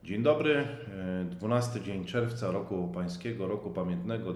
Dzień dobry, 12 dzień czerwca roku pańskiego, roku pamiętnego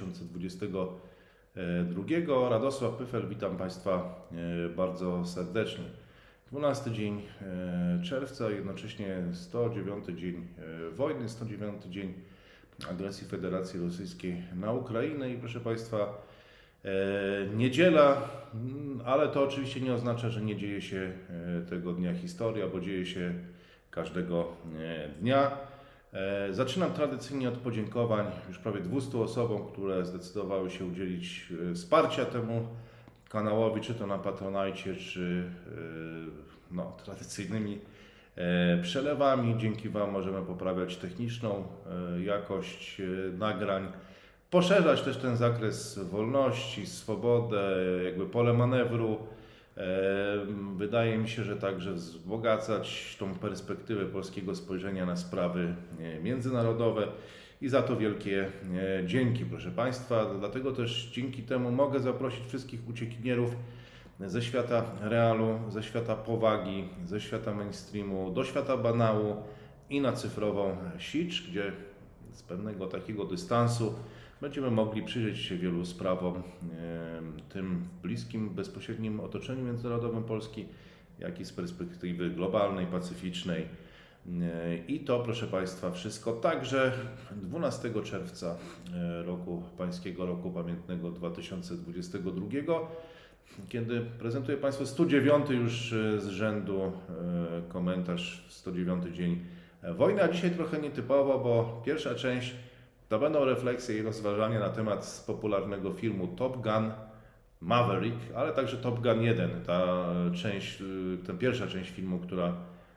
2022. Radosław Pyfel, witam Państwa bardzo serdecznie. 12 dzień czerwca, jednocześnie 109 dzień wojny, 109 dzień agresji Federacji Rosyjskiej na Ukrainę i proszę Państwa, niedziela, ale to oczywiście nie oznacza, że nie dzieje się tego dnia historia, bo dzieje się każdego dnia. Zaczynam tradycyjnie od podziękowań już prawie 200 osobom, które zdecydowały się udzielić wsparcia temu kanałowi, czy to na Patronite, czy tradycyjnymi przelewami. Dzięki Wam możemy poprawiać techniczną jakość nagrań, poszerzać też ten zakres wolności, swobodę, jakby pole manewru. Wydaje mi się, że także wzbogacać tą perspektywę polskiego spojrzenia na sprawy międzynarodowe i za to wielkie dzięki, proszę Państwa. Dlatego też dzięki temu mogę zaprosić wszystkich uciekinierów ze świata realu, ze świata powagi, ze świata mainstreamu, do świata banału i na cyfrową sieć, gdzie z pewnego takiego dystansu będziemy mogli przyjrzeć się wielu sprawom, tym w bliskim, bezpośrednim otoczeniu międzynarodowym Polski, jak i z perspektywy globalnej, pacyficznej. I to, proszę Państwa, wszystko także 12 czerwca roku pańskiego, roku pamiętnego 2022, kiedy prezentuję Państwu 109 już z rzędu komentarz, 109 dzień wojny, a dzisiaj trochę nietypowo, bo pierwsza część to będą refleksje i rozważania na temat popularnego filmu Top Gun Maverick, ale także Top Gun 1, ta pierwsza część filmu, która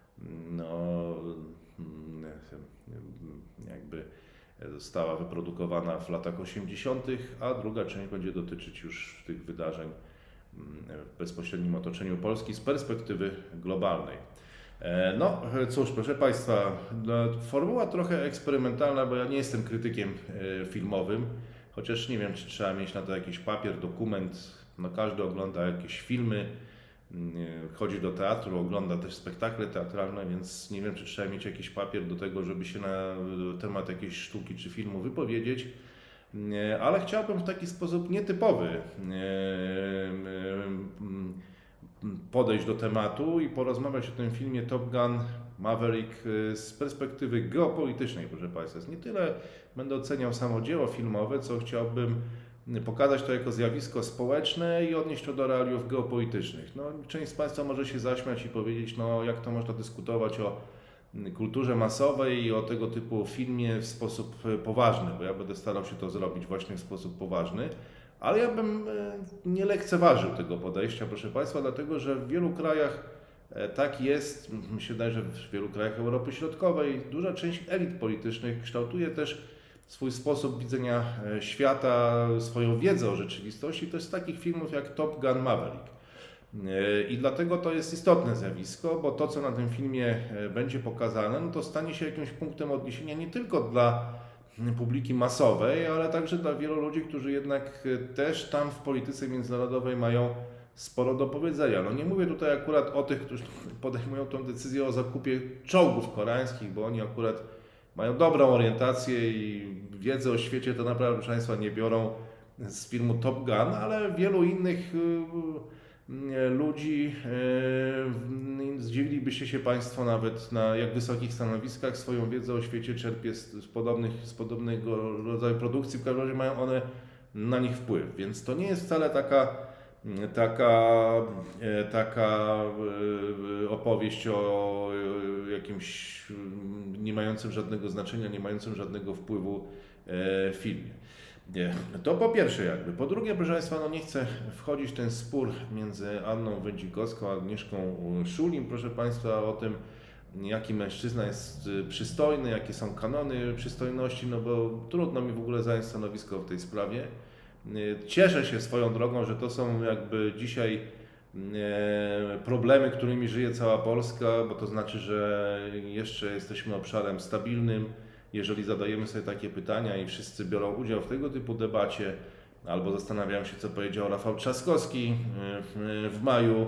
jakby została wyprodukowana w latach 80., a druga część będzie dotyczyć już tych wydarzeń w bezpośrednim otoczeniu Polski z perspektywy globalnej. No cóż, proszę Państwa, formuła trochę eksperymentalna, bo ja nie jestem krytykiem filmowym, chociaż nie wiem, czy trzeba mieć na to jakiś papier, dokument. No, każdy ogląda jakieś filmy, chodzi do teatru, ogląda też spektakle teatralne, więc nie wiem, czy trzeba mieć jakiś papier do tego, żeby się na temat jakiejś sztuki czy filmu wypowiedzieć. Ale chciałbym w taki sposób nietypowy podejść do tematu i porozmawiać o tym filmie Top Gun Maverick z perspektywy geopolitycznej, proszę Państwa. Nie tyle będę oceniał samo dzieło filmowe, co chciałbym pokazać to jako zjawisko społeczne i odnieść to do realiów geopolitycznych. Część z Państwa może się zaśmiać i powiedzieć, jak to można dyskutować o kulturze masowej i o tego typu filmie w sposób poważny, bo ja będę starał się to zrobić właśnie w sposób poważny. Ale ja bym nie lekceważył tego podejścia, proszę Państwa, dlatego że w wielu krajach tak jest, mi się wydaje, że w wielu krajach Europy Środkowej duża część elit politycznych kształtuje też swój sposób widzenia świata, swoją wiedzę o rzeczywistości. To jest z takich filmów jak Top Gun Maverick. I dlatego to jest istotne zjawisko, bo to, co na tym filmie będzie pokazane, to stanie się jakimś punktem odniesienia nie tylko dla publiki masowej, ale także dla wielu ludzi, którzy jednak też tam w polityce międzynarodowej mają sporo do powiedzenia. Nie mówię tutaj akurat o tych, którzy podejmują tę decyzję o zakupie czołgów koreańskich, bo oni akurat mają dobrą orientację i wiedzę o świecie to naprawdę, proszę Państwa, nie biorą z filmu Top Gun, ale wielu innych ludzi, zdziwilibyście się Państwo nawet na jak wysokich stanowiskach, swoją wiedzę o świecie czerpie z podobnego rodzaju produkcji, w każdym razie mają one na nich wpływ, więc to nie jest wcale taka opowieść o jakimś nie mającym żadnego znaczenia, nie mającym żadnego wpływu filmie. To po pierwsze Po drugie, proszę Państwa, nie chcę wchodzić w ten spór między Anną Wędzikowską a Agnieszką Szulim, proszę Państwa, o tym, jaki mężczyzna jest przystojny, jakie są kanony przystojności, bo trudno mi w ogóle zająć stanowisko w tej sprawie. Cieszę się swoją drogą, że to są dzisiaj problemy, którymi żyje cała Polska, bo to znaczy, że jeszcze jesteśmy obszarem stabilnym. Jeżeli zadajemy sobie takie pytania i wszyscy biorą udział w tego typu debacie, albo zastanawiają się, co powiedział Rafał Trzaskowski w maju,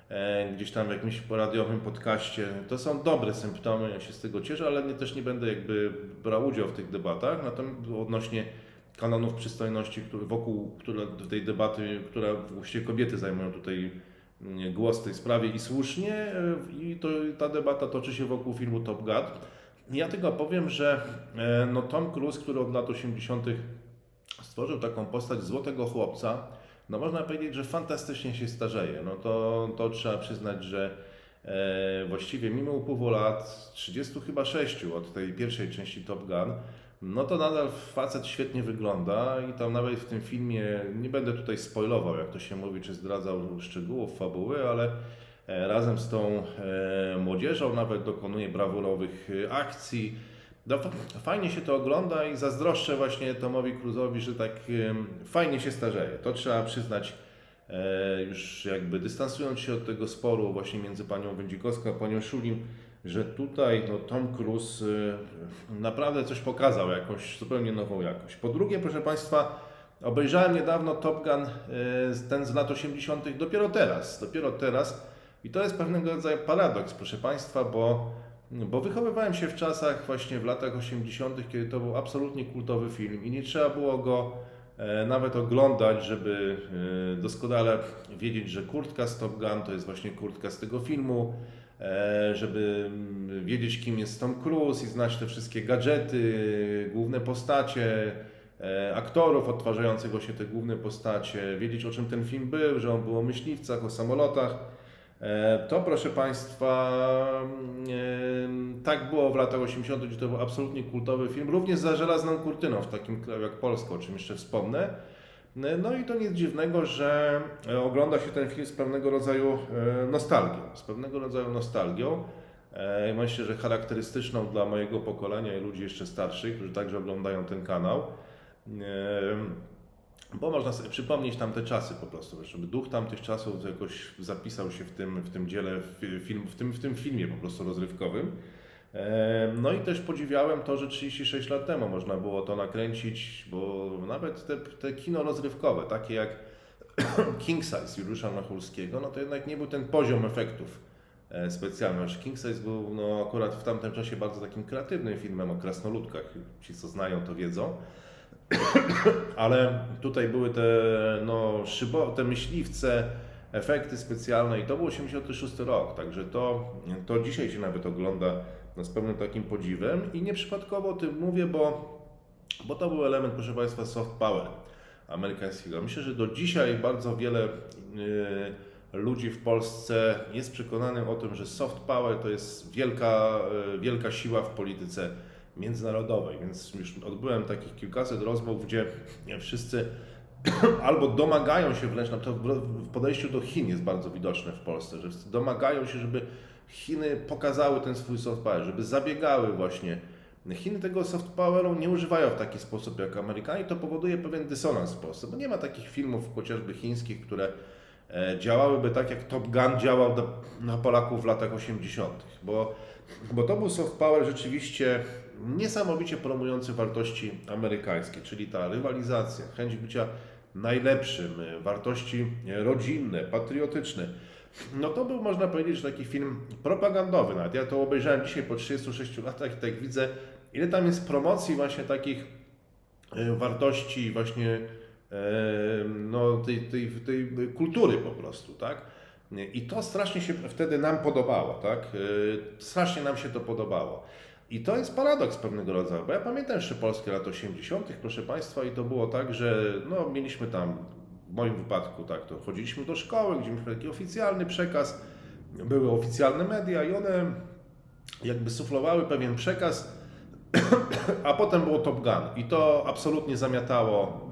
gdzieś tam w jakimś radiowym podcaście. To są dobre symptomy, ja się z tego cieszę, ale też nie będę jakby brał udział w tych debatach. Natomiast odnośnie kanonów przystojności, tej debaty, która właściwie kobiety zajmują tutaj głos w tej sprawie i słusznie, ta debata toczy się wokół filmu Top Gun. Ja tylko powiem, że no Tom Cruise, który od lat 80. stworzył taką postać złotego chłopca, no można powiedzieć, że fantastycznie się starzeje. No to trzeba przyznać, że właściwie mimo upływu lat 30 chyba 6 od tej pierwszej części Top Gun, no to nadal facet świetnie wygląda i tam nawet w tym filmie, nie będę tutaj spoilował, jak to się mówi, czy zdradzał szczegółów fabuły, ale razem z tą młodzieżą nawet dokonuje brawurowych akcji. No, fajnie się to ogląda i zazdroszczę właśnie Tomowi Cruise'owi, że tak fajnie się starzeje. To trzeba przyznać, już jakby dystansując się od tego sporu właśnie między panią Wędzikowską a panią Szulim, że tutaj no, Tom Cruise naprawdę coś pokazał, jakąś zupełnie nową jakość. Po drugie, proszę Państwa, obejrzałem niedawno Top Gun, ten z lat 80. dopiero teraz. I to jest pewnego rodzaju paradoks, proszę Państwa, bo wychowywałem się w czasach właśnie w latach 80., kiedy to był absolutnie kultowy film i nie trzeba było go nawet oglądać, żeby doskonale wiedzieć, że kurtka z Top Gun to jest właśnie kurtka z tego filmu, żeby wiedzieć, kim jest Tom Cruise i znać te wszystkie gadżety, główne postacie, aktorów odtwarzających właśnie te główne postacie, wiedzieć, o czym ten film był, że on był o myśliwcach, o samolotach. To, proszę Państwa, tak było w latach 80., gdzie to był absolutnie kultowy film, również za żelazną kurtyną w takim kraju jak Polska, o czym jeszcze wspomnę. No i to nic dziwnego, że ogląda się ten film z pewnego rodzaju nostalgią. Myślę, że charakterystyczną dla mojego pokolenia i ludzi jeszcze starszych, którzy także oglądają ten kanał. Bo można sobie przypomnieć tamte czasy po prostu, żeby duch tamtych czasów jakoś zapisał się w tym dziele, w tym filmie po prostu rozrywkowym. No i też podziwiałem to, że 36 lat temu można było to nakręcić, bo nawet te kino rozrywkowe, takie jak King Size Juliusza Machulskiego, no to jednak nie był ten poziom efektów specjalnych. King Size był no, akurat w tamtym czasie bardzo takim kreatywnym filmem o krasnoludkach. Ci, co znają, to wiedzą. Ale tutaj były te myśliwce, efekty specjalne i to był 86 rok, także to dzisiaj się nawet ogląda z pewnym takim podziwem i nieprzypadkowo o tym mówię, bo to był element, proszę Państwa, soft power amerykańskiego. Myślę, że do dzisiaj bardzo wiele ludzi w Polsce jest przekonanych o tym, że soft power to jest wielka siła w polityce międzynarodowej, więc już odbyłem takich kilkaset rozmów, gdzie wszyscy albo domagają się wręcz, to w podejściu do Chin jest bardzo widoczne w Polsce, że domagają się, żeby Chiny pokazały ten swój soft power, żeby zabiegały właśnie. Chiny tego soft poweru nie używają w taki sposób jak Amerykanie, to powoduje pewien dysonans w Polsce, bo nie ma takich filmów chociażby chińskich, które działałyby tak jak Top Gun działał na Polaków w latach 80., bo to był soft power rzeczywiście niesamowicie promujący wartości amerykańskie, czyli ta rywalizacja, chęć bycia najlepszym, wartości rodzinne, patriotyczne. No to był, można powiedzieć, taki film propagandowy. Nawet ja to obejrzałem dzisiaj po 36 latach i tak widzę, ile tam jest promocji właśnie takich wartości właśnie no, tej kultury po prostu, tak? I to strasznie się wtedy nam podobało, tak? Strasznie nam się to podobało. I to jest paradoks pewnego rodzaju, bo ja pamiętam jeszcze polskie lat 80., proszę Państwa, i to było tak, że no, mieliśmy tam, w moim wypadku, tak, to chodziliśmy do szkoły, gdzie mieliśmy taki oficjalny przekaz, były oficjalne media i one jakby suflowały pewien przekaz, a potem było Top Gun i to absolutnie zamiatało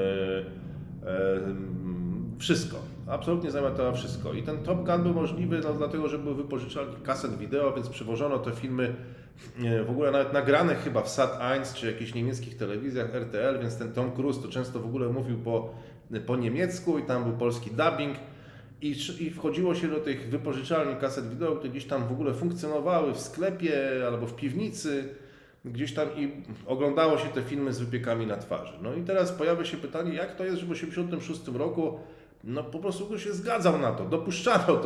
wszystko. Absolutnie zamiatało wszystko. I ten Top Gun był możliwy no, dlatego, że był wypożyczalnik kaset wideo, więc przywożono te filmy w ogóle nawet nagrane chyba w Sat.1 czy jakichś niemieckich telewizjach RTL, więc ten Tom Cruise to często w ogóle mówił po niemiecku i tam był polski dubbing i wchodziło się do tych wypożyczalni kaset wideo, które gdzieś tam w ogóle funkcjonowały w sklepie albo w piwnicy, gdzieś tam i oglądało się te filmy z wypiekami na twarzy. No i teraz pojawia się pytanie, jak to jest, że w 1986 roku no po prostu się zgadzał na to, dopuszczano to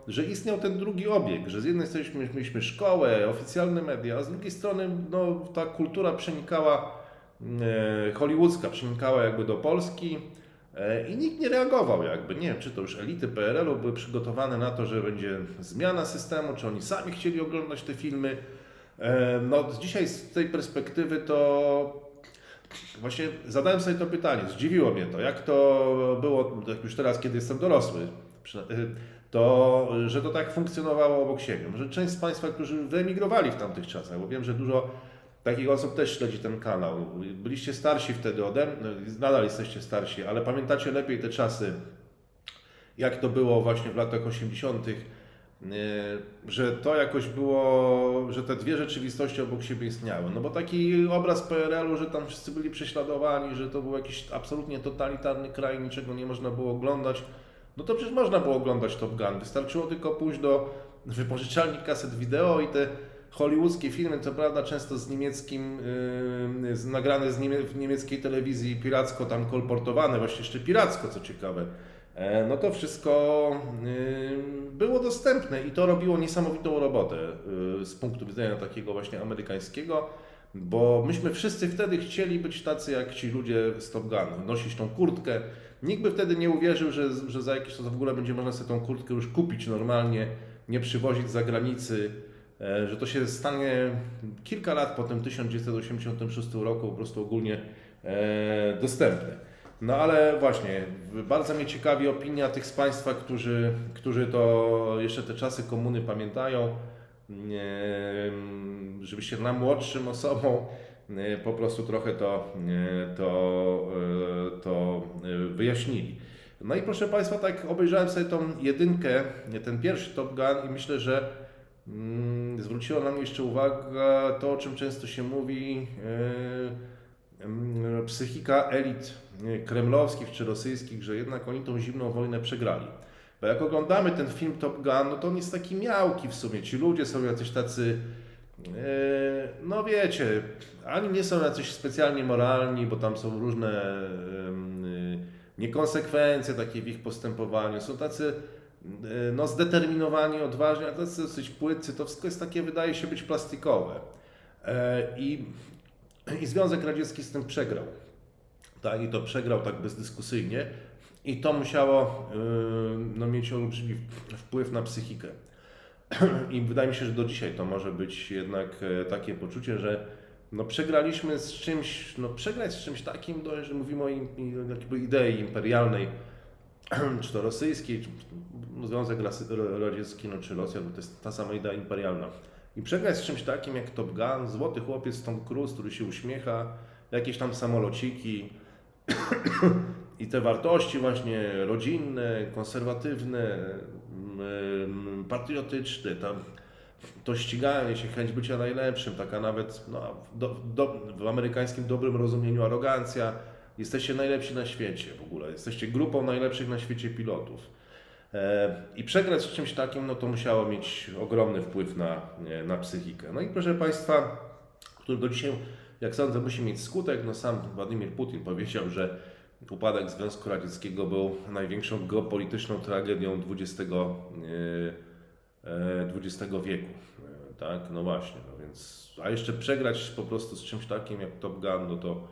że istniał ten drugi obieg, że z jednej strony mieliśmy szkołę, oficjalne media, a z drugiej strony no, ta kultura przenikała, hollywoodzka przenikała jakby do Polski i nikt nie reagował jakby. Nie wiem, czy to już elity PRL-u były przygotowane na to, że będzie zmiana systemu, czy oni sami chcieli oglądać te filmy. No dzisiaj z tej perspektywy to właśnie zadałem sobie to pytanie, zdziwiło mnie to, jak to było, jak już teraz, kiedy jestem dorosły, to, że to tak funkcjonowało obok siebie. Może część z Państwa, którzy wyemigrowali w tamtych czasach, bo wiem, że dużo takich osób też śledzi ten kanał. Byliście starsi wtedy ode mnie, nadal jesteście starsi, ale pamiętacie lepiej te czasy, jak to było właśnie w latach 80., że to jakoś było, że te dwie rzeczywistości obok siebie istniały. No bo taki obraz PRL-u, że tam wszyscy byli prześladowani, że to był jakiś absolutnie totalitarny kraj, niczego nie można było oglądać. No to przecież można było oglądać Top Gun. Wystarczyło tylko pójść do wypożyczalni kaset wideo i te hollywoodzkie filmy, co prawda często z niemieckim, nagrane w niemieckiej telewizji piracko tam kolportowane, właśnie jeszcze piracko, co ciekawe. No to wszystko było dostępne i to robiło niesamowitą robotę z punktu widzenia takiego właśnie amerykańskiego, bo myśmy wszyscy wtedy chcieli być tacy jak ci ludzie z Top Gun, nosić tą kurtkę. Nikt by wtedy nie uwierzył, że za jakiś czas w ogóle będzie można sobie tą kurtkę już kupić normalnie, nie przywozić z zagranicy, że to się stanie kilka lat po tym 1986 roku po prostu ogólnie dostępne. No ale właśnie, bardzo mnie ciekawi opinia tych z Państwa, którzy to jeszcze te czasy komuny pamiętają, żebyście nam młodszym osobom po prostu trochę to wyjaśnili. No i proszę Państwa, tak obejrzałem sobie tą jedynkę, ten pierwszy Top Gun i myślę, że zwróciło na mnie jeszcze uwagę to, o czym często się mówi, psychika elit kremlowskich czy rosyjskich, że jednak oni tą zimną wojnę przegrali. Bo jak oglądamy ten film Top Gun, no to on jest taki miałki w sumie. Ci ludzie są jacyś tacy, no wiecie, ani nie są jacyś specjalnie moralni, bo tam są różne niekonsekwencje takie w ich postępowaniu. Są tacy no, zdeterminowani, odważni, a tacy dosyć płytcy. To wszystko jest takie, wydaje się być plastikowe. I Związek Radziecki z tym przegrał. Tak, i to przegrał tak bezdyskusyjnie i to musiało no, mieć olbrzymi wpływ na psychikę. I wydaje mi się, że do dzisiaj to może być jednak takie poczucie, że no, przegraliśmy z czymś, no, przegrać z czymś takim, że mówimy o jakby idei imperialnej, czy to rosyjskiej, czy Związek Radziecki, no, czy Rosja, to jest ta sama idea imperialna. I przegrać z czymś takim jak Top Gun, złoty chłopiec Tom Cruise, który się uśmiecha, jakieś tam samolociki i te wartości właśnie rodzinne, konserwatywne, patriotyczne, tam to ściganie się, chęć bycia najlepszym, taka nawet no, w amerykańskim dobrym rozumieniu arogancja. Jesteście najlepsi na świecie w ogóle, jesteście grupą najlepszych na świecie pilotów. I przegrać z czymś takim, no to musiało mieć ogromny wpływ na psychikę. No i proszę Państwa, który do dzisiaj, jak sądzę, musi mieć skutek, no sam Władimir Putin powiedział, że upadek Związku Radzieckiego był największą geopolityczną tragedią XX wieku. Tak, no właśnie, no więc, a jeszcze przegrać po prostu z czymś takim jak Top Gun, no to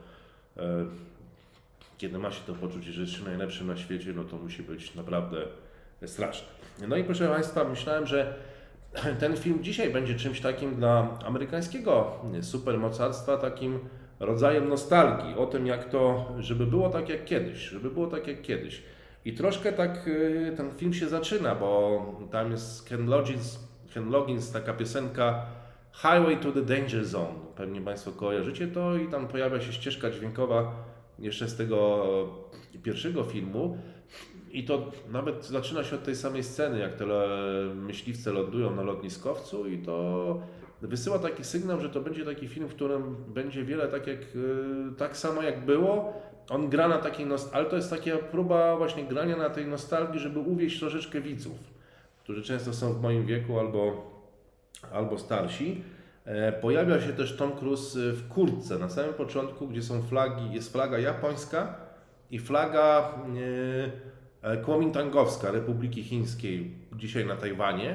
kiedy ma się to poczucie, że jest najlepszym na świecie, no to musi być naprawdę straszne. No i proszę Państwa, myślałem, że ten film dzisiaj będzie czymś takim dla amerykańskiego supermocarstwa, takim rodzajem nostalgii o tym, jak to, żeby było tak jak kiedyś, I troszkę tak ten film się zaczyna, bo tam jest Ken Loggins, taka piosenka Highway to the Danger Zone. Pewnie Państwo kojarzycie to i tam pojawia się ścieżka dźwiękowa jeszcze z tego pierwszego filmu. I to nawet zaczyna się od tej samej sceny, jak te myśliwce lądują na lotniskowcu i to wysyła taki sygnał, że to będzie taki film, w którym będzie wiele tak samo jak było. On gra na takiej ale to jest taka próba właśnie grania na tej nostalgii, żeby uwieść troszeczkę widzów, którzy często są w moim wieku albo starsi. Pojawia się też Tom Cruise w kurtce na samym początku, gdzie są flagi, jest flaga japońska i flaga Kuomintangowska Republiki Chińskiej, dzisiaj na Tajwanie.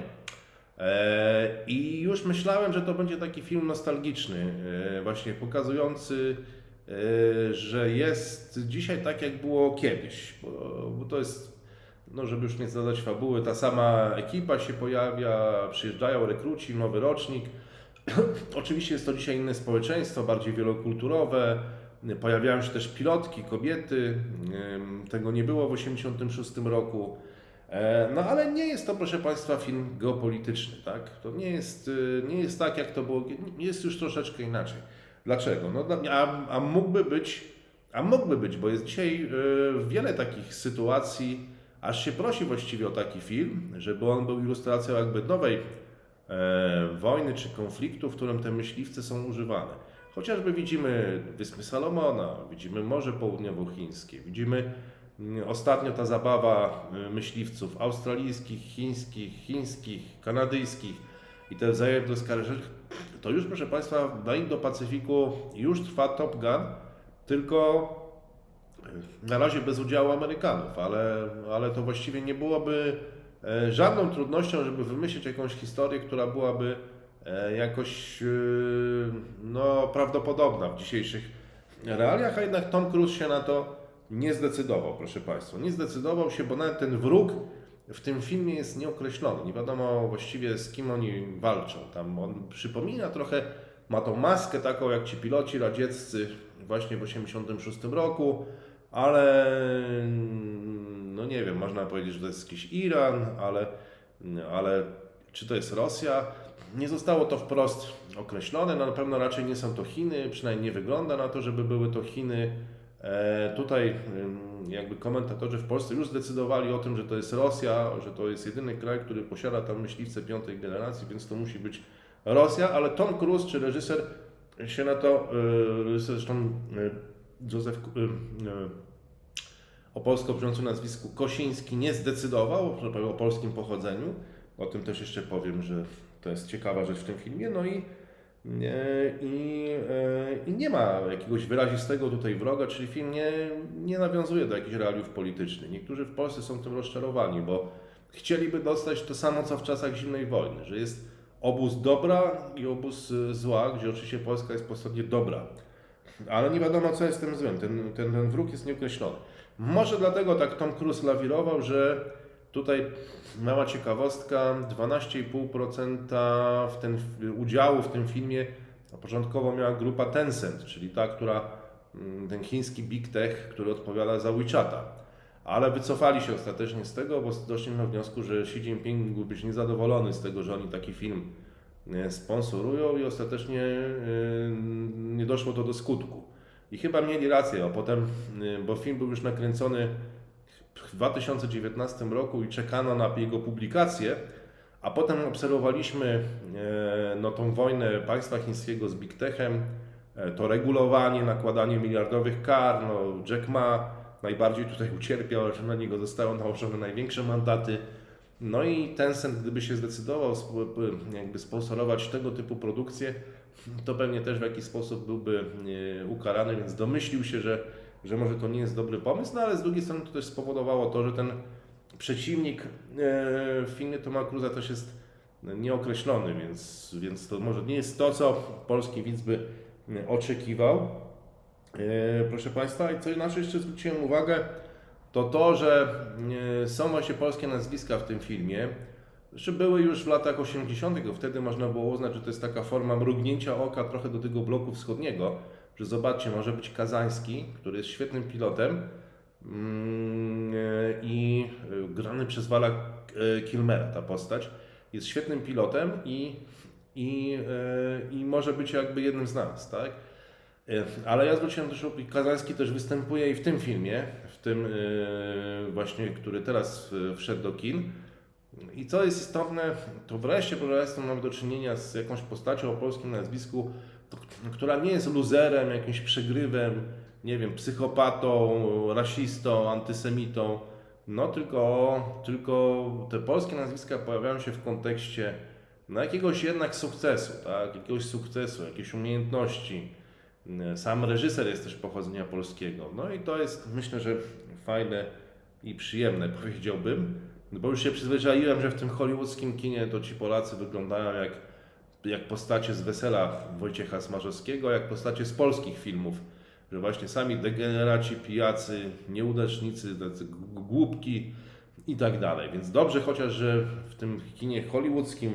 I już myślałem, że to będzie taki film nostalgiczny, właśnie pokazujący, że jest dzisiaj tak, jak było kiedyś, bo to jest, no żeby już nie zadać fabuły, ta sama ekipa się pojawia, przyjeżdżają rekruci, nowy rocznik. Oczywiście jest to dzisiaj inne społeczeństwo, bardziej wielokulturowe, pojawiają się też pilotki, kobiety, tego nie było w 1986 roku. No ale nie jest to, proszę Państwa, film geopolityczny, tak? To nie jest tak, jak to było, jest już troszeczkę inaczej. Dlaczego? No, mógłby być, bo jest dzisiaj wiele takich sytuacji, aż się prosi właściwie o taki film, żeby on był ilustracją jakby nowej wojny czy konfliktu, w którym te myśliwce są używane. Chociażby widzimy Wyspy Salomona, widzimy Morze Południowochińskie, widzimy ostatnio ta zabawa myśliwców australijskich, chińskich, kanadyjskich i te wzajemne oskarżenia. To już, proszę Państwa, na Indo-Pacyfiku już trwa Top Gun, tylko na razie bez udziału Amerykanów, ale to właściwie nie byłoby żadną trudnością, żeby wymyślić jakąś historię, która byłaby jakoś no, prawdopodobna w dzisiejszych realiach, a jednak Tom Cruise się na to nie zdecydował, proszę Państwa. Nie zdecydował się, bo nawet ten wróg w tym filmie jest nieokreślony. Nie wiadomo właściwie, z kim oni walczą. Tam on przypomina trochę, ma tą maskę taką jak ci piloci radzieccy właśnie w 1986 roku, ale no nie wiem, można powiedzieć, że to jest jakiś Iran, ale czy to jest Rosja? Nie zostało to wprost określone, no na pewno raczej nie są to Chiny, przynajmniej nie wygląda na to, żeby były to Chiny. Tutaj jakby komentatorzy w Polsce już zdecydowali o tym, że to jest Rosja, że to jest jedyny kraj, który posiada tam myśliwce piątej generacji, więc to musi być Rosja, ale Tom Cruise czy reżyser się na to, zresztą Józef o polsko brzmiącym nazwisku Kosiński nie zdecydował, że powiem o polskim pochodzeniu. O tym też jeszcze powiem, że to jest ciekawa rzecz w tym filmie. No i nie ma jakiegoś wyrazistego tutaj wroga, czyli film nie nawiązuje do jakichś realiów politycznych. Niektórzy w Polsce są tym rozczarowani, bo chcieliby dostać to samo, co w czasach zimnej wojny, że jest obóz dobra i obóz zła, gdzie oczywiście Polska jest po stronie dobra. Ale nie wiadomo, co jest tym złym. Ten wróg jest nieokreślony. Może dlatego tak Tom Cruise lawirował, że tutaj mała ciekawostka, 12,5% udziału w tym filmie początkowo miała grupa Tencent, czyli ta, ten chiński Big Tech, który odpowiada za WeChata. Ale wycofali się ostatecznie z tego, bo doszli do wniosku, że Xi Jinping mógł być niezadowolony z tego, że oni taki film sponsorują i ostatecznie nie doszło to do skutku. I chyba mieli rację, a potem, bo film był już nakręcony w 2019 roku i czekano na jego publikację, a potem obserwowaliśmy no, tą wojnę państwa chińskiego z Big Techem, to regulowanie, nakładanie miliardowych kar, no, Jack Ma najbardziej tutaj ucierpiał, że na niego zostały nałożone największe mandaty. No i Tencent, gdyby się zdecydował jakby sponsorować tego typu produkcje, to pewnie też w jakiś sposób byłby ukarany, więc domyślił się, że może to nie jest dobry pomysł, no ale z drugiej strony to też spowodowało to, że ten przeciwnik w filmie Toma Cruise'a też jest nieokreślony, więc to może nie jest to, co polski widz by oczekiwał. Proszę Państwa, i co inaczej jeszcze zwróciłem uwagę, to, że są właśnie polskie nazwiska w tym filmie. Jeszcze były już w latach 80., wtedy można było uznać, że to jest taka forma mrugnięcia oka trochę do tego bloku wschodniego, że zobaczcie, może być Kazański, który jest świetnym pilotem i grany przez Vala Kilmera, ta postać, jest świetnym pilotem i może być jakby jednym z nas, tak? Ale ja zwróciłem też uwagę, Kazański też występuje i w tym filmie, w tym właśnie, który teraz wszedł do kin. I co jest istotne, to wreszcie, proszę Państwa, mamy do czynienia z jakąś postacią o polskim nazwisku, która nie jest luzerem, jakimś przegrywem, nie wiem, psychopatą, rasistą, antysemitą, no tylko te polskie nazwiska pojawiają się w kontekście no, jakiegoś jednak sukcesu, tak? Jakiegoś sukcesu, jakiejś umiejętności. Sam reżyser jest też pochodzenia polskiego. No i to jest, myślę, że i przyjemne, powiedziałbym, bo już się przyzwyczaiłem, że w tym hollywoodzkim kinie to ci Polacy wyglądają jak postacie z Wesela Wojciecha Smarzowskiego, jak postacie z polskich filmów, że właśnie sami degeneraci, pijacy, nieudacznicy, tacy głupki i tak dalej. Więc dobrze chociaż, że w tym kinie hollywoodzkim,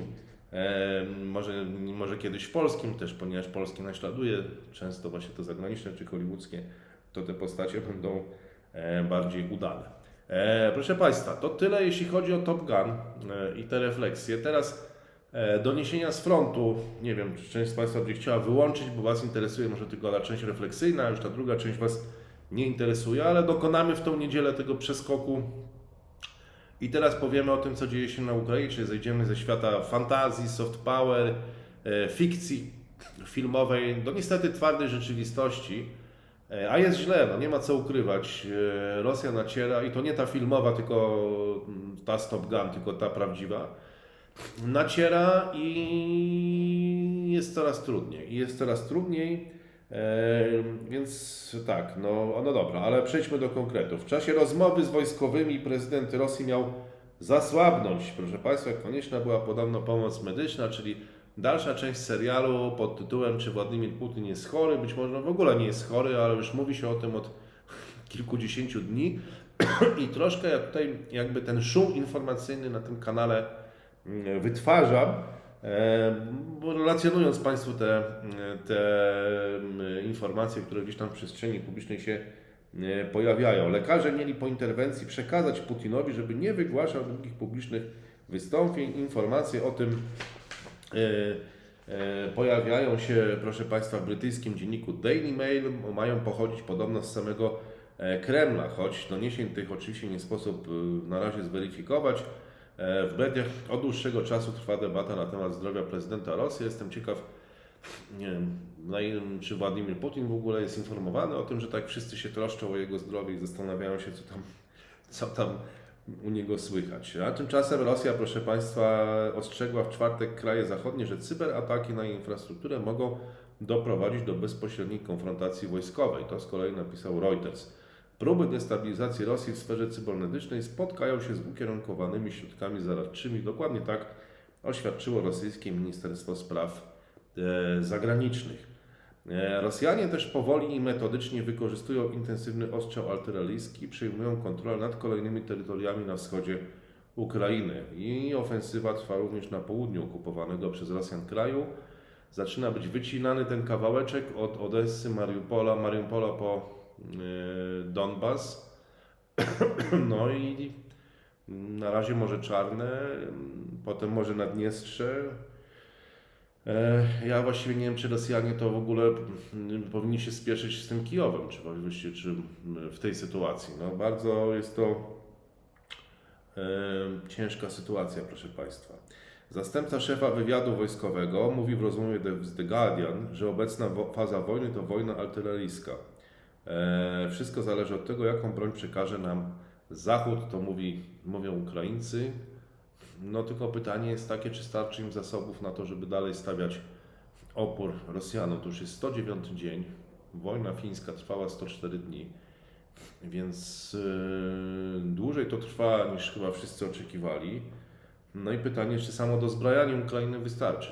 może kiedyś polskim też, ponieważ polski naśladuje często właśnie to zagraniczne czy hollywoodzkie, to te postacie będą bardziej udane. Proszę Państwa, to tyle jeśli chodzi o Top Gun i te refleksje. Teraz doniesienia z frontu, nie wiem, czy część z Państwa będzie chciała wyłączyć, bo Was interesuje może tylko ta część refleksyjna, a już ta druga część Was nie interesuje, ale dokonamy w tą niedzielę tego przeskoku i teraz powiemy o tym, co dzieje się na Ukrainie, czyli zejdziemy ze świata fantazji, soft power, fikcji filmowej do niestety twardej rzeczywistości. A jest źle, no nie ma co ukrywać. Rosja naciera i to nie ta filmowa, tylko ta z Top Gun, tylko ta prawdziwa. Naciera i jest coraz trudniej. Więc tak, no dobra, ale przejdźmy do konkretów. W czasie rozmowy z wojskowymi prezydent Rosji miał zasłabnąć. Proszę Państwa, konieczna była podobno pomoc medyczna, czyli dalsza część serialu pod tytułem Czy Władimir Putin jest chory? Być może w ogóle nie jest chory, ale już mówi się o tym od kilkudziesięciu dni i troszkę ja tutaj jakby ten szum informacyjny na tym kanale wytwarzam, bo relacjonując Państwu te informacje, które gdzieś tam w przestrzeni publicznej się pojawiają. Lekarze mieli po interwencji przekazać Putinowi, żeby nie wygłaszał długich publicznych wystąpień. Informacje o tym pojawiają się, proszę Państwa, w brytyjskim dzienniku Daily Mail. Mają pochodzić podobno z samego Kremla, choć doniesień tych oczywiście nie sposób na razie zweryfikować. W mediach od dłuższego czasu trwa debata na temat zdrowia prezydenta Rosji. Jestem ciekaw, nie wiem, czy Władimir Putin w ogóle jest informowany o tym, że tak wszyscy się troszczą o jego zdrowie i zastanawiają się, co tam u niego słychać. A tymczasem Rosja, proszę Państwa, ostrzegła w czwartek kraje zachodnie, że cyberataki na infrastrukturę mogą doprowadzić do bezpośredniej konfrontacji wojskowej. To z kolei napisał Reuters. Próby destabilizacji Rosji w sferze cybernetycznej spotkają się z ukierunkowanymi środkami zaradczymi. Dokładnie tak oświadczyło rosyjskie Ministerstwo Spraw Zagranicznych. Rosjanie też powoli i metodycznie wykorzystują intensywny ostrzał artyleryjski, przejmują kontrolę nad kolejnymi terytoriami na wschodzie Ukrainy. I ofensywa trwa również na południu okupowanego przez Rosjan kraju. Zaczyna być wycinany ten kawałeczek od Odessy, Mariupola po Donbas. No i na razie Morze Czarne, potem Morze Naddniestrze. Ja właściwie nie wiem, czy Rosjanie to w ogóle powinni się spieszyć z tym Kijowem, czy w tej sytuacji. No, bardzo jest to ciężka sytuacja, proszę Państwa. Zastępca szefa wywiadu wojskowego mówi w rozmowie z The Guardian, że obecna faza wojny to wojna artyleryjska. Wszystko zależy od tego, jaką broń przekaże nam Zachód, to mówią Ukraińcy. No tylko pytanie jest takie, czy starczy im zasobów na to, żeby dalej stawiać opór Rosjanom. To już jest 109 dzień. Wojna fińska trwała 104 dni, więc dłużej to trwa niż chyba wszyscy oczekiwali. No i pytanie, czy samo dozbrajanie Ukrainy wystarczy,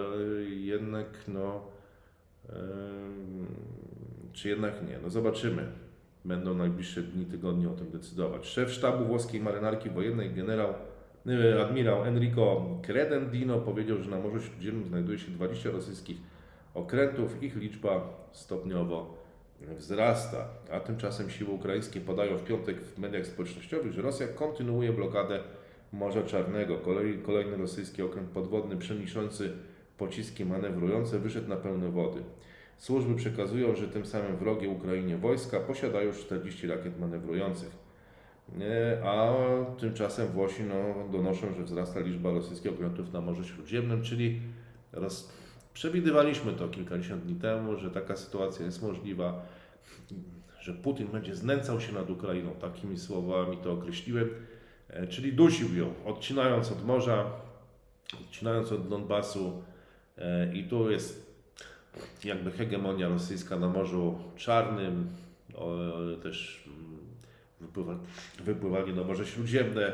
czy jednak nie. No zobaczymy. Będą najbliższe dni, tygodnie o tym decydować. Szef sztabu włoskiej marynarki wojennej admirał Enrico Credendino powiedział, że na Morzu Śródziemnym znajduje się 20 rosyjskich okrętów. Ich liczba stopniowo wzrasta. A tymczasem siły ukraińskie podają w piątek w mediach społecznościowych, że Rosja kontynuuje blokadę Morza Czarnego. Kolejny rosyjski okręt podwodny przemieszczący pociski manewrujące wyszedł na pełne wody. Służby przekazują, że tym samym wrogie Ukrainie wojska posiadają już 40 rakiet manewrujących. A tymczasem Włosi donoszą, że wzrasta liczba rosyjskich okrętów na Morzu Śródziemnym, czyli przewidywaliśmy to kilkadziesiąt dni temu, że taka sytuacja jest możliwa, że Putin będzie znęcał się nad Ukrainą, takimi słowami to określiłem, czyli dusił ją, odcinając od morza, odcinając od Donbasu i tu jest jakby hegemonia rosyjska na Morzu Czarnym, też wypływanie na Morze Śródziemne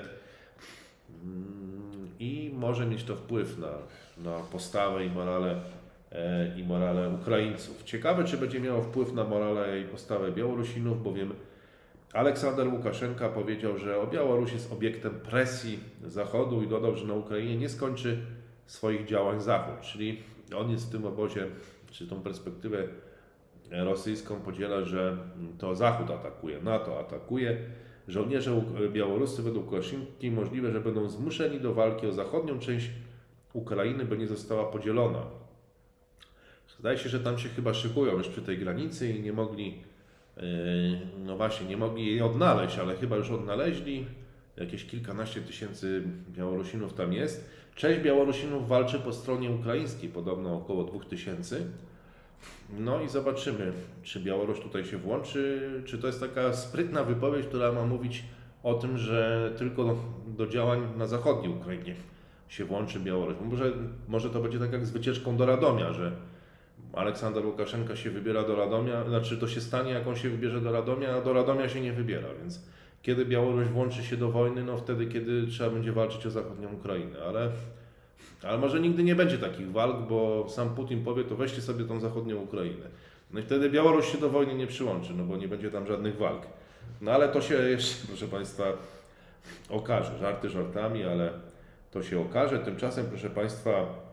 i może mieć to wpływ na postawę i morale Ukraińców. Ciekawe, czy będzie miało wpływ na morale i postawę Białorusinów, bowiem Aleksander Łukaszenka powiedział, że Białoruś jest obiektem presji Zachodu i dodał, że na Ukrainie nie skończy swoich działań Zachód. Czyli on jest w tym obozie, czy tą perspektywę rosyjską podziela, że to Zachód atakuje, NATO atakuje. Żołnierze białoruscy według Łukaszenki możliwe, że będą zmuszeni do walki o zachodnią część Ukrainy, by nie została podzielona. Zdaje się, że tam się chyba szykują już przy tej granicy i nie mogli, no właśnie, nie mogli jej odnaleźć, ale chyba już odnaleźli. Jakieś kilkanaście tysięcy Białorusinów tam jest. Część Białorusinów walczy po stronie ukraińskiej, podobno około 2000. No i zobaczymy, czy Białoruś tutaj się włączy, czy to jest taka sprytna wypowiedź, która ma mówić o tym, że tylko do działań na zachodniej Ukrainie się włączy Białoruś. Może to będzie tak jak z wycieczką do Radomia, że Aleksander Łukaszenka się wybiera do Radomia, znaczy to się stanie, jak on się wybierze do Radomia, a do Radomia się nie wybiera, więc kiedy Białoruś włączy się do wojny? No wtedy, kiedy trzeba będzie walczyć o zachodnią Ukrainę, ale może nigdy nie będzie takich walk, bo sam Putin powie, to weźcie sobie tą zachodnią Ukrainę. No i wtedy Białoruś się do wojny nie przyłączy, no bo nie będzie tam żadnych walk. No ale to się jeszcze, proszę Państwa, okaże. Żarty żartami, ale to się okaże. Tymczasem, proszę Państwa,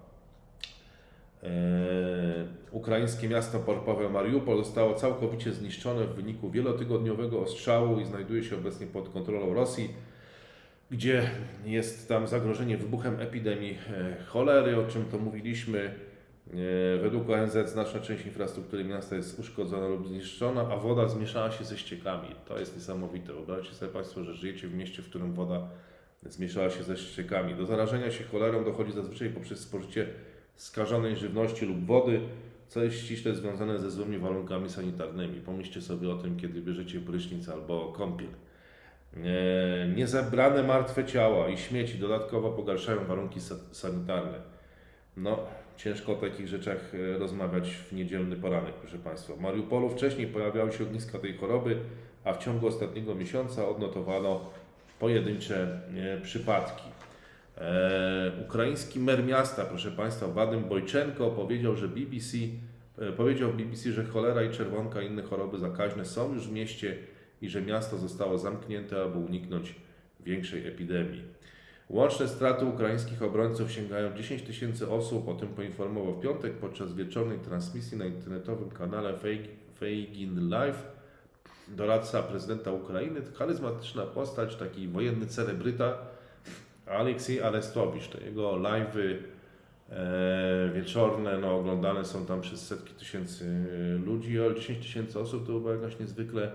ukraińskie miasto portowe Mariupol zostało całkowicie zniszczone w wyniku wielotygodniowego ostrzału i znajduje się obecnie pod kontrolą Rosji, gdzie jest tam zagrożenie wybuchem epidemii cholery, o czym to mówiliśmy. Według ONZ znaczna część infrastruktury miasta jest uszkodzona lub zniszczona, a woda zmieszała się ze ściekami. To jest niesamowite. Wyobraźcie sobie Państwo, że żyjecie w mieście, w którym woda zmieszała się ze ściekami. Do zarażenia się cholerą dochodzi zazwyczaj poprzez spożycie skażonej żywności lub wody, co jest ściśle związane ze złymi warunkami sanitarnymi. Pomyślcie sobie o tym, kiedy bierzecie prysznic albo kąpiel. Niezebrane martwe ciała i śmieci dodatkowo pogarszają warunki sanitarne. No, ciężko o takich rzeczach rozmawiać w niedzielny poranek, proszę Państwa. W Mariupolu wcześniej pojawiały się ogniska tej choroby, a w ciągu ostatniego miesiąca odnotowano pojedyncze przypadki. Ukraiński mer miasta, proszę Państwa, Wadym Bojczenko powiedział w BBC, że cholera i czerwonka i inne choroby zakaźne są już w mieście i że miasto zostało zamknięte, aby uniknąć większej epidemii. Łączne straty ukraińskich obrońców sięgają 10 000 osób, o tym poinformował w piątek podczas wieczornej transmisji na internetowym kanale Feigin Live. Doradca prezydenta Ukrainy, charyzmatyczna postać, taki wojenny celebryta, Aleksiej Arestowicz. To jego live'y wieczorne, no, oglądane są tam przez setki tysięcy ludzi, ale 10 000 osób to była jakaś niezwykle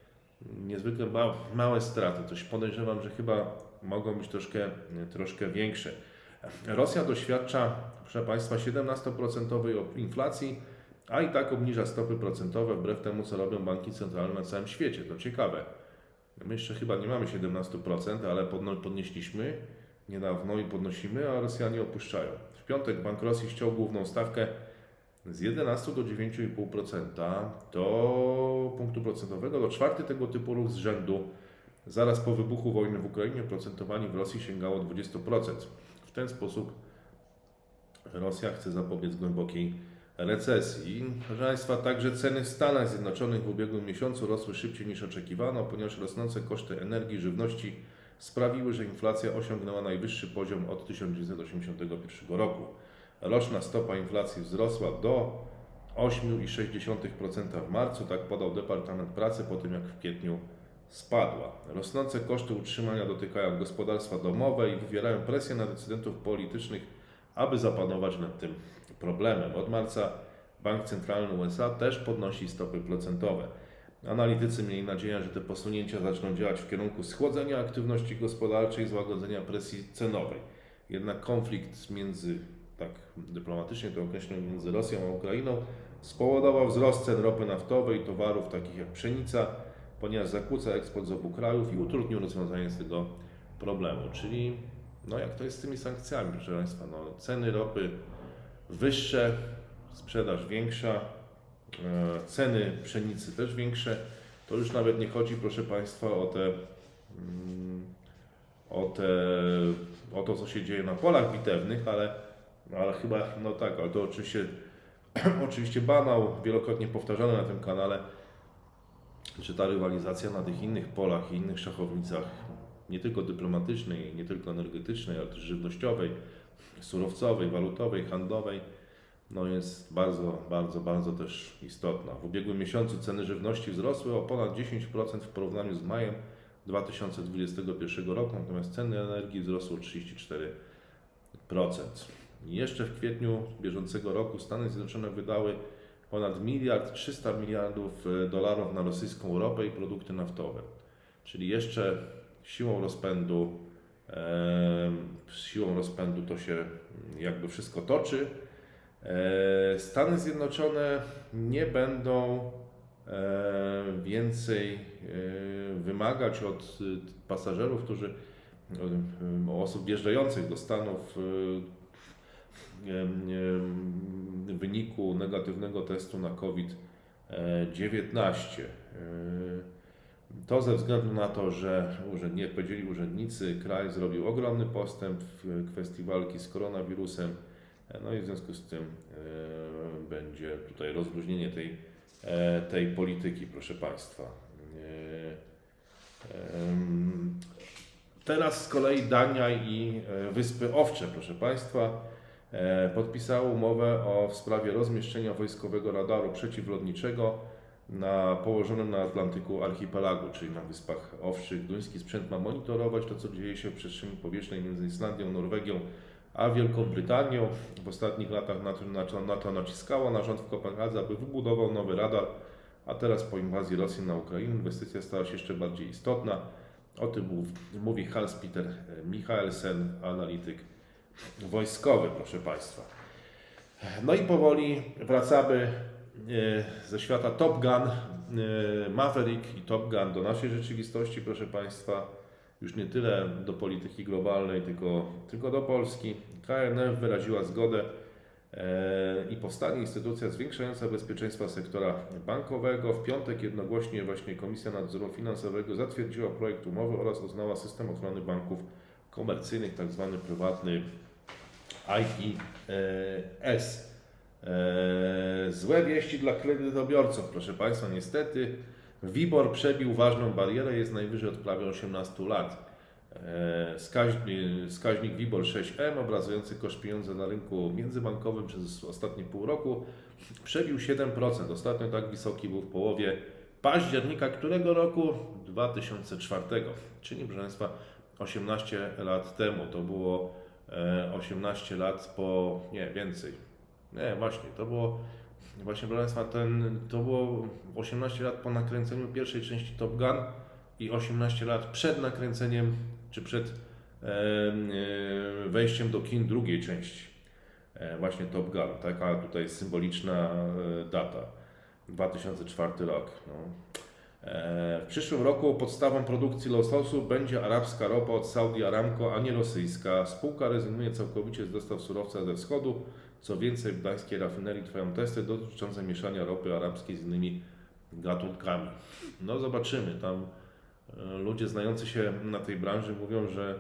małe straty. Coś podejrzewam, że chyba mogą być troszkę większe. Rosja doświadcza, proszę Państwa, 17% inflacji, a i tak obniża stopy procentowe wbrew temu, co robią banki centralne na całym świecie. To ciekawe. My jeszcze chyba nie mamy 17%, ale podnieśliśmy niedawno i podnosimy, a Rosjanie opuszczają. W piątek Bank Rosji ściął główną stawkę z 11 do 9,5% do punktu procentowego. To czwarty tego typu ruch z rzędu. Zaraz po wybuchu wojny w Ukrainie oprocentowanie w Rosji sięgało 20%. W ten sposób Rosja chce zapobiec głębokiej recesji. Proszę Państwa, także ceny w Stanach Zjednoczonych w ubiegłym miesiącu rosły szybciej niż oczekiwano, ponieważ rosnące koszty energii i żywności sprawiły, że inflacja osiągnęła najwyższy poziom od 1981 roku. Roczna stopa inflacji wzrosła do 8,6% w marcu, tak podał Departament Pracy po tym, jak w kwietniu spadła. Rosnące koszty utrzymania dotykają gospodarstwa domowe i wywierają presję na decydentów politycznych, aby zapanować nad tym problemem. Od marca Bank Centralny USA też podnosi stopy procentowe. Analitycy mieli nadzieję, że te posunięcia zaczną działać w kierunku schłodzenia aktywności gospodarczej i złagodzenia presji cenowej. Jednak konflikt tak dyplomatycznie to określę, między Rosją a Ukrainą spowodował wzrost cen ropy naftowej i towarów takich jak pszenica, ponieważ zakłóca eksport z obu krajów i utrudnił rozwiązanie z tego problemu. Czyli jak to jest z tymi sankcjami, proszę Państwa? Ceny ropy wyższe, sprzedaż większa, ceny pszenicy też większe. To już nawet nie chodzi, proszę Państwa, o to, co się dzieje na polach bitewnych, ale chyba, no tak, ale to oczywiście banał, wielokrotnie powtarzany na tym kanale, że ta rywalizacja na tych innych polach i innych szachownicach, nie tylko dyplomatycznej, nie tylko energetycznej, ale też żywnościowej, surowcowej, walutowej, handlowej, no jest bardzo, bardzo, bardzo też istotna. W ubiegłym miesiącu ceny żywności wzrosły o ponad 10% w porównaniu z majem 2021 roku, natomiast ceny energii wzrosły o 34%. I jeszcze w kwietniu bieżącego roku Stany Zjednoczone wydały ponad $1,300 miliardów na rosyjską ropę i produkty naftowe. Czyli jeszcze siłą rozpędu to się jakby wszystko toczy. Stany Zjednoczone nie będą więcej wymagać od pasażerów, osób wjeżdżających do Stanów w wyniku negatywnego testu na COVID-19. To ze względu na to, że jak powiedzieli urzędnicy, kraj zrobił ogromny postęp w kwestii walki z koronawirusem, no i w związku z tym będzie tutaj rozluźnienie tej polityki, proszę Państwa. Teraz z kolei Dania i Wyspy Owcze, proszę Państwa, podpisały umowę w sprawie rozmieszczenia wojskowego radaru przeciwlotniczego położonym na Atlantyku archipelagu, czyli na Wyspach Owczych. Duński sprzęt ma monitorować to, co dzieje się w przestrzeni powietrznej między Islandią, Norwegią a Wielką Brytanią. W ostatnich latach NATO naciskało na rząd w Kopenhadze, aby wybudował nowy radar, a teraz po inwazji Rosji na Ukrainę inwestycja stała się jeszcze bardziej istotna. O tym mówi Hans-Peter Michaelsen, analityk wojskowy, proszę Państwa. No i powoli wracamy ze świata Top Gun, Maverick i Top Gun do naszej rzeczywistości, proszę Państwa. Już nie tyle do polityki globalnej, tylko do Polski. KNF wyraziła zgodę i powstanie instytucja zwiększająca bezpieczeństwo sektora bankowego. W piątek jednogłośnie właśnie Komisja Nadzoru Finansowego zatwierdziła projekt umowy oraz uznała system ochrony banków komercyjnych, tzw. prywatny IPS. Złe wieści dla kredytobiorców, proszę Państwa. Niestety WIBOR przebił ważną barierę, jest najwyżej od prawie 18 lat. Wskaźnik WIBOR 6M, obrazujący koszt pieniądza na rynku międzybankowym przez ostatnie pół roku, przebił 7%. Ostatnio tak wysoki był w połowie października którego roku? 2004. Czyli, proszę Państwa, 18 lat temu. To było 18 lat po... nie, więcej. Nie, właśnie, to było... Właśnie, proszę Państwa, to było 18 lat po nakręceniu pierwszej części Top Gun i 18 lat przed nakręceniem, czy przed wejściem do kin drugiej części. Właśnie Top Gun, taka tutaj symboliczna data. 2004 rok. No. W przyszłym roku podstawą produkcji Lotosu będzie arabska ropa od Saudi Aramco, a nie rosyjska. Spółka rezygnuje całkowicie z dostaw surowca ze wschodu. Co więcej, w gdańskiej rafinerii trwają testy dotyczące mieszania ropy arabskiej z innymi gatunkami. No zobaczymy, tam ludzie znający się na tej branży mówią, że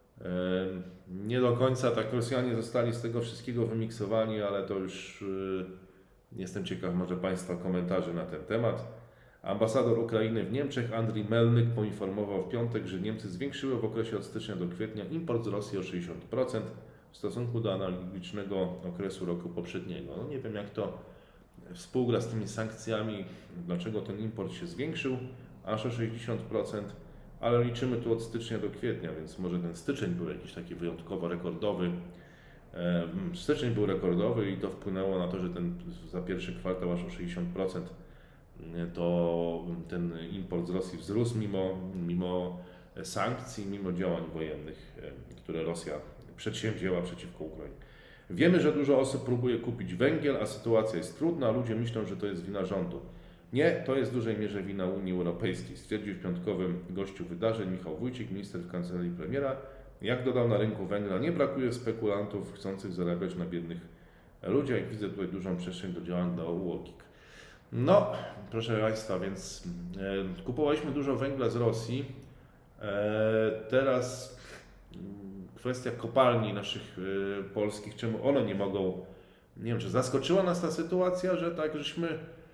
nie do końca tak Rosjanie zostali z tego wszystkiego wymiksowani, ale to już jestem ciekaw może Państwa komentarzy na ten temat. Ambasador Ukrainy w Niemczech Andrii Melnyk poinformował w piątek, że Niemcy zwiększyły w okresie od stycznia do kwietnia import z Rosji o 60% w stosunku do analogicznego okresu roku poprzedniego. No nie wiem, jak to współgra z tymi sankcjami, dlaczego ten import się zwiększył aż o 60%, ale liczymy tu od stycznia do kwietnia, więc może ten styczeń był jakiś taki wyjątkowo rekordowy. Styczeń był rekordowy i to wpłynęło na to, że za pierwszy kwartał aż o 60% to ten import z Rosji wzrósł mimo sankcji, mimo działań wojennych, które Rosja przedsięwzięła przeciwko Ukrainie. Wiemy, że dużo osób próbuje kupić węgiel, a sytuacja jest trudna. Ludzie myślą, że to jest wina rządu. Nie, to jest w dużej mierze wina Unii Europejskiej, stwierdził w piątkowym gościu wydarzeń Michał Wójcik, minister w kancelarii premiera. Jak dodał, na rynku węgla nie brakuje spekulantów chcących zarabiać na biednych ludziach. Widzę tutaj dużą przestrzeń do działań dla UOKiK. No, proszę Państwa, więc kupowaliśmy dużo węgla z Rosji. Teraz kwestia kopalni naszych polskich, czemu one nie mogą, nie wiem, czy zaskoczyła nas ta sytuacja, że tak żeśmy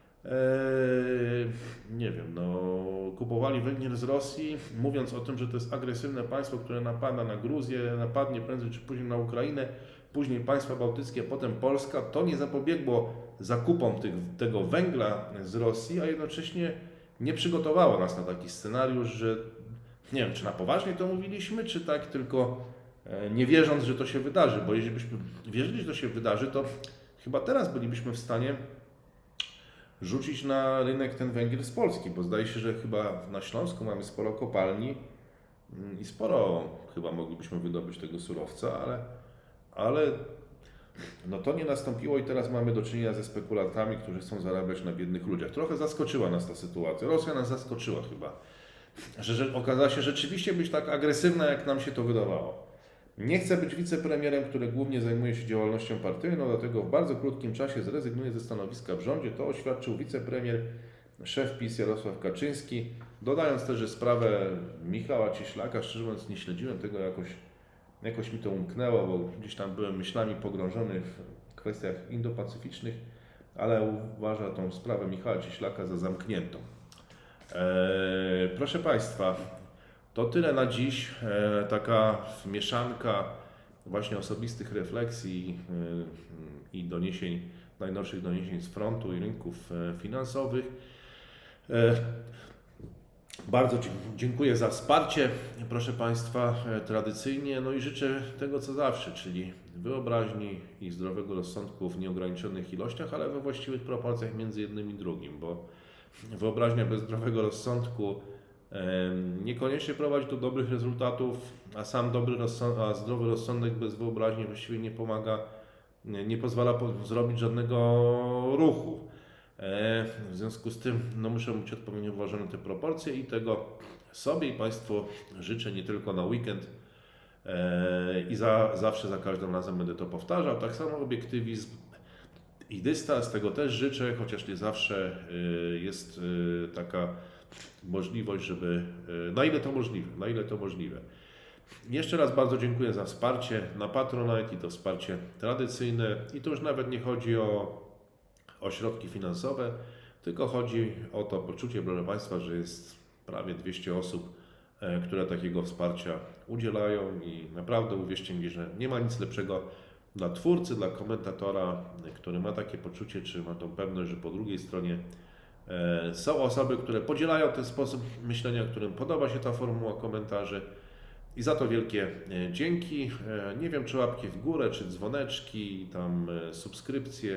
nie wiem, no, kupowali węgiel z Rosji, mówiąc o tym, że to jest agresywne państwo, które napada na Gruzję, napadnie prędzej czy później na Ukrainę, później państwa bałtyckie, potem Polska. To nie zapobiegło zakupom tego węgla z Rosji, a jednocześnie nie przygotowało nas na taki scenariusz, że nie wiem, czy na poważnie to mówiliśmy, czy tak tylko nie wierząc, że to się wydarzy, bo jeżeli byśmy wierzyli, że to się wydarzy, to chyba teraz bylibyśmy w stanie rzucić na rynek ten węgiel z Polski, bo zdaje się, że chyba na Śląsku mamy sporo kopalni i sporo chyba moglibyśmy wydobyć tego surowca, ale no to nie nastąpiło i teraz mamy do czynienia ze spekulantami, którzy chcą zarabiać na biednych ludziach. Trochę zaskoczyła nas ta sytuacja. Rosja nas zaskoczyła chyba, że okazała się rzeczywiście być tak agresywna, jak nam się to wydawało. Nie chcę być wicepremierem, który głównie zajmuje się działalnością partyjną, dlatego w bardzo krótkim czasie zrezygnuje ze stanowiska w rządzie. To oświadczył wicepremier, szef PiS Jarosław Kaczyński, dodając też, że sprawę Michała Cieślaka, szczerze mówiąc nie śledziłem tego jakoś mi to umknęło, bo gdzieś tam byłem myślami pogrążony w kwestiach indopacyficznych, ale uważa tą sprawę Michała Cieślaka za zamkniętą. Proszę Państwa, to tyle na dziś. Taka mieszanka właśnie osobistych refleksji i doniesień, najnowszych doniesień z frontu i rynków finansowych. Bardzo dziękuję za wsparcie, proszę Państwa, tradycyjnie, no i życzę tego co zawsze, czyli wyobraźni i zdrowego rozsądku w nieograniczonych ilościach, ale we właściwych proporcjach między jednym i drugim, bo wyobraźnia bez zdrowego rozsądku niekoniecznie prowadzi do dobrych rezultatów, a sam zdrowy rozsądek bez wyobraźni właściwie nie pomaga, nie pozwala zrobić żadnego ruchu. W związku z tym no, muszę być odpowiednio uważane te proporcje i tego sobie i Państwu życzę nie tylko na weekend i zawsze za każdym razem będę to powtarzał. Tak samo obiektywizm i dystans, tego też życzę, chociaż nie zawsze jest taka możliwość, żeby na ile to możliwe. Jeszcze raz bardzo dziękuję za wsparcie na Patronite i to wsparcie tradycyjne i to już nawet nie chodzi o środki finansowe, tylko chodzi o to poczucie, proszę Państwa, że jest prawie 200 osób, które takiego wsparcia udzielają i naprawdę uwierzcie mi, że nie ma nic lepszego dla twórcy, dla komentatora, który ma takie poczucie, czy ma tą pewność, że po drugiej stronie są osoby, które podzielają ten sposób myślenia, którym podoba się ta formuła komentarzy i za to wielkie dzięki. Nie wiem, czy łapki w górę, czy dzwoneczki, tam subskrypcje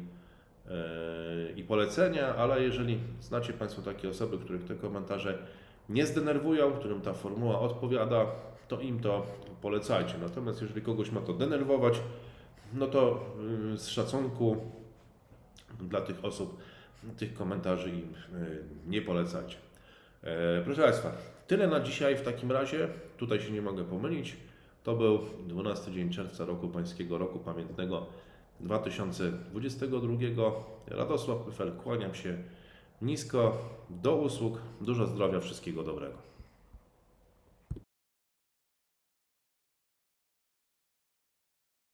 i polecenia, ale jeżeli znacie Państwo takie osoby, których te komentarze nie zdenerwują, którym ta formuła odpowiada, to im to polecajcie. Natomiast jeżeli kogoś ma to denerwować, no to z szacunku dla tych osób tych komentarzy im nie polecajcie. Proszę Państwa, tyle na dzisiaj w takim razie. Tutaj się nie mogę pomylić. To był 12 dzień czerwca roku pańskiego, roku pamiętnego 2022. Radosław Pyfel, kłaniam się nisko, do usług, dużo zdrowia, wszystkiego dobrego.